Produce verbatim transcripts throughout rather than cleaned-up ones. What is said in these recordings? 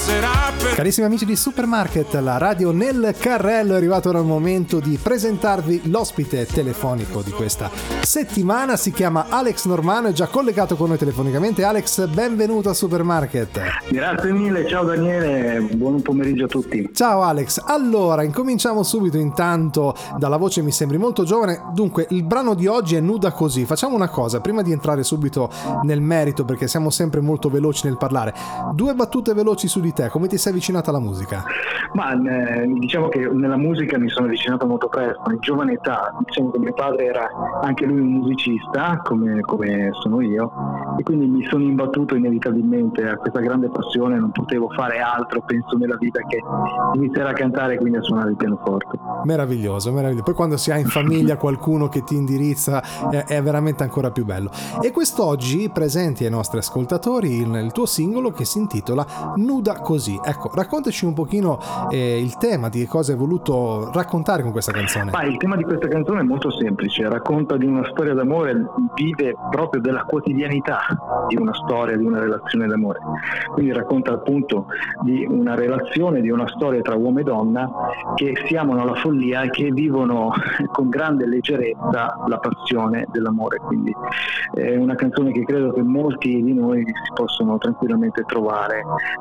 passerà per... Carissimi amici di Supermarket, la radio nel carrello, è arrivato ora il momento di presentarvi l'ospite telefonico di questa settimana. Si chiama Alex Normanno, è già collegato con noi telefonicamente. Alex, benvenuto a Supermarket. Grazie mille, ciao Daniele, buon pomeriggio a tutti. Ciao Alex, allora incominciamo subito, intanto dalla voce mi sembri molto giovane. Dunque, il brano di oggi è Nuda Così. Facciamo una cosa, prima di entrare subito nel merito, perché siamo sempre molto veloci nel parlare, due battute veloci su di te. Come ti sei avvicinata alla musica? Ma eh, diciamo che nella musica mi sono avvicinato molto presto, in giovane età. Diciamo che mio padre era anche lui un musicista, come, come sono io, e quindi mi sono imbattuto inevitabilmente a questa grande passione. Non potevo fare altro, penso, nella vita che iniziare a cantare e quindi a suonare il pianoforte. Meraviglioso, meraviglioso. Poi quando si ha in famiglia qualcuno che ti indirizza è, è veramente ancora più bello. E quest'oggi presenti ai nostri ascoltatori il, il tuo singolo che si intitola Nuda Così. Ecco, raccontaci un pochino eh, il tema, di che cosa hai voluto raccontare con questa canzone. Ma il tema di questa canzone è molto semplice, racconta di una storia d'amore, vive proprio della quotidianità di una storia, di una relazione d'amore. Quindi racconta appunto di una relazione, di una storia tra uomo e donna che si amano alla follia e che vivono con grande leggerezza la passione dell'amore. Quindi è una canzone che credo che molti di noi si possono tranquillamente trovare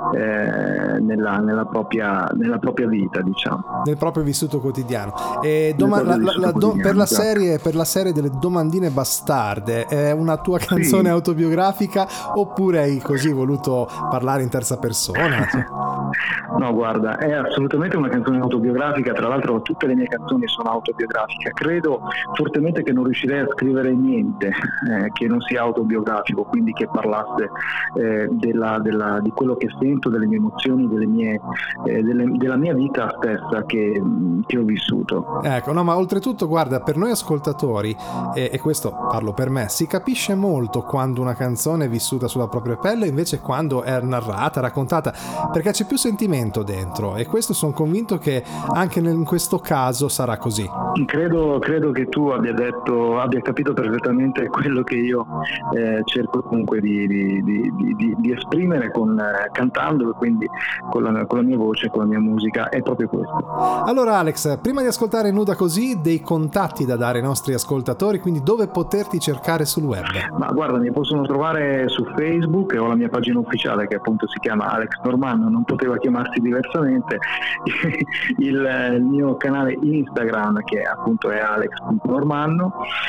eh, nella, nella, propria, nella propria vita, diciamo. Nel proprio vissuto quotidiano. E doma- la, la, la, do- per, la serie, per la serie delle domandine bastarde, è una tua canzone sì. autobiografica oppure hai così voluto parlare in terza persona? No, guarda, è assolutamente una canzone autobiografica. Tra l'altro tutte le mie canzoni sono autobiografiche. Credo fortemente che non riuscirei a scrivere niente eh, che non sia autobiografico, quindi che parlasse eh, della, della, di quello che sento, delle mie emozioni, delle mie, eh, delle, della mia vita stessa che, che ho vissuto. Ecco, no, ma oltretutto, guarda, per noi ascoltatori, e, e questo parlo per me, si capisce molto quando una canzone è vissuta sulla propria pelle invece quando è narrata, raccontata, perché c'è più sentimento dentro, e questo sono convinto che anche in questo caso sarà così. Credo, credo che tu abbia detto, abbia capito perfettamente quello che io eh, cerco comunque di, di, di, di, di esprimere con, eh, cantando, e quindi con la, con la mia voce, con la mia musica, è proprio questo. Allora Alex, prima di ascoltare Nuda Così, dei contatti da dare ai nostri ascoltatori, quindi dove poterti cercare sul web? Ma guarda, mi possono trovare su Facebook, ho la mia pagina ufficiale che appunto si chiama Alex Normanno, non poteva chiamarsi diversamente, il, il mio canale Instagram che appunto è alex punto normanno,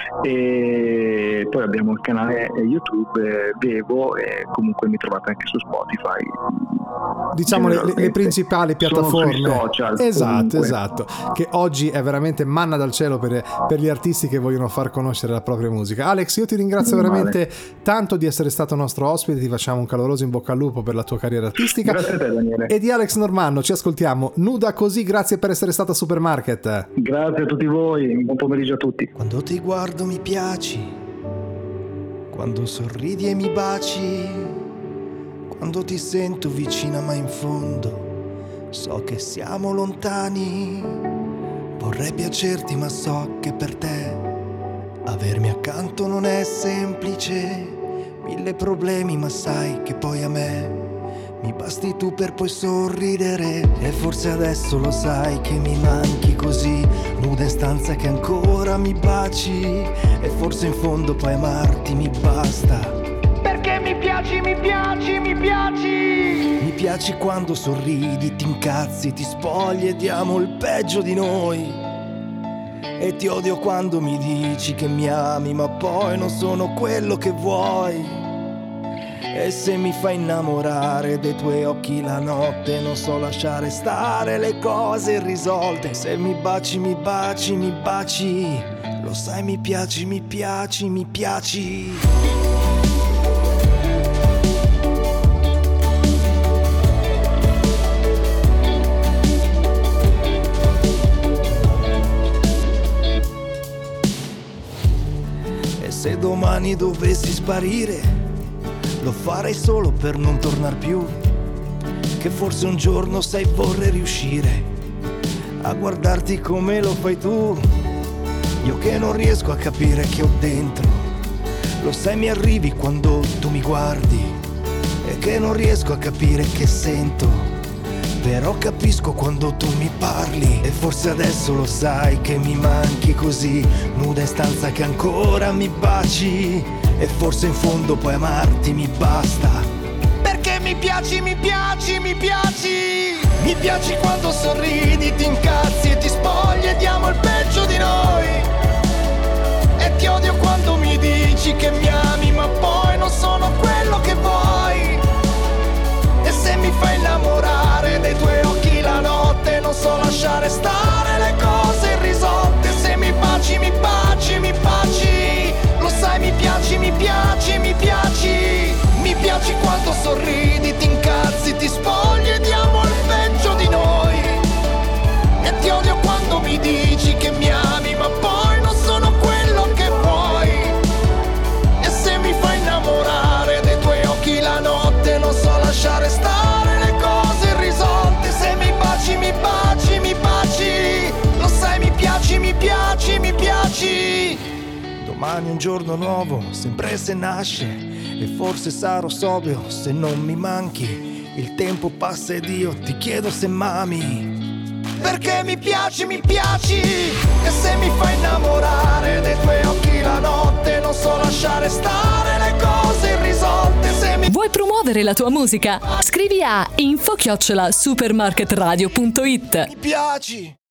e poi abbiamo il canale YouTube eh, Vevo, e comunque mi trovate anche su Spotify, diciamo le, le principali piattaforme social, esatto comunque. Esatto, che oggi è veramente manna dal cielo per, per gli artisti che vogliono far conoscere la propria musica. Alex, io ti ringrazio non veramente male. tanto di essere stato nostro ospite, ti facciamo un caloroso in bocca al lupo per la tua carriera artistica. Grazie a te, Daniele. E di Alex Normanno ci ascoltiamo Nuda Così. Grazie per essere stata a Supermarket. Grazie a tutti voi, buon pomeriggio a tutti. Quando ti guardo mi piaci, quando sorridi e mi baci, quando ti sento vicina ma in fondo so che siamo lontani. Vorrei piacerti ma so che per te avermi accanto non è semplice. Mille problemi ma sai che poi a me mi basti tu per poi sorridere. E forse adesso lo sai che mi manchi così, nuda in stanza che ancora mi baci. E forse in fondo poi amarti mi basta, perché mi piaci, mi piaci, mi piaci. Mi piaci quando sorridi, ti incazzi, ti spogli e diamo il peggio di noi. E ti odio quando mi dici che mi ami ma poi non sono quello che vuoi. E se mi fai innamorare dei tuoi occhi la notte, non so lasciare stare le cose irrisolte. Se mi baci, mi baci, mi baci, lo sai mi piaci, mi piaci, mi piaci. E se domani dovessi sparire, lo farei solo per non tornar più, che forse un giorno sai vorrei riuscire a guardarti come lo fai tu. Io che non riesco a capire che ho dentro, lo sai mi arrivi quando tu mi guardi, e che non riesco a capire che sento Però capisco quando tu mi parli, e forse adesso lo sai che mi manchi così, nuda in stanza che ancora mi baci, e forse in fondo poi amarti mi basta. Perché mi piaci, mi piaci, mi piaci. Mi piaci quando sorridi, ti incazzi e ti spogli e diamo il peggio di noi. E ti odio quando mi dici che mi ami, ma poi non sono quello che vuoi. E se mi fai innamorare dei tuoi occhi la notte, non so lasciare stare le cose irrisolte. Se mi baci, mi baci, mi baci, lo sai mi piaci, mi piaci, mi piaci. Mi piaci quando sorridi, ti incazzi, ti spogli e diamo il peggio di noi. E ti odio quando mi dici che mi ami, ma poi non sono quello che vuoi. E se mi fai innamorare dei tuoi occhi la notte, non so lasciare stare le cose irrisolte. Se mi baci, mi baci, mi baci, lo sai mi piaci, mi piaci, mi piaci. Domani è un giorno nuovo, sempre se nasce, e forse sarò sobrio se non mi manchi. Il tempo passa ed io ti chiedo se m'ami. Perché mi piaci, mi piaci. E se mi fai innamorare dei tuoi occhi la notte, non so lasciare stare le cose irrisolte. Se mi... Vuoi promuovere la tua musica? Scrivi a info chiocciola supermarketradio punto it. Mi piaci.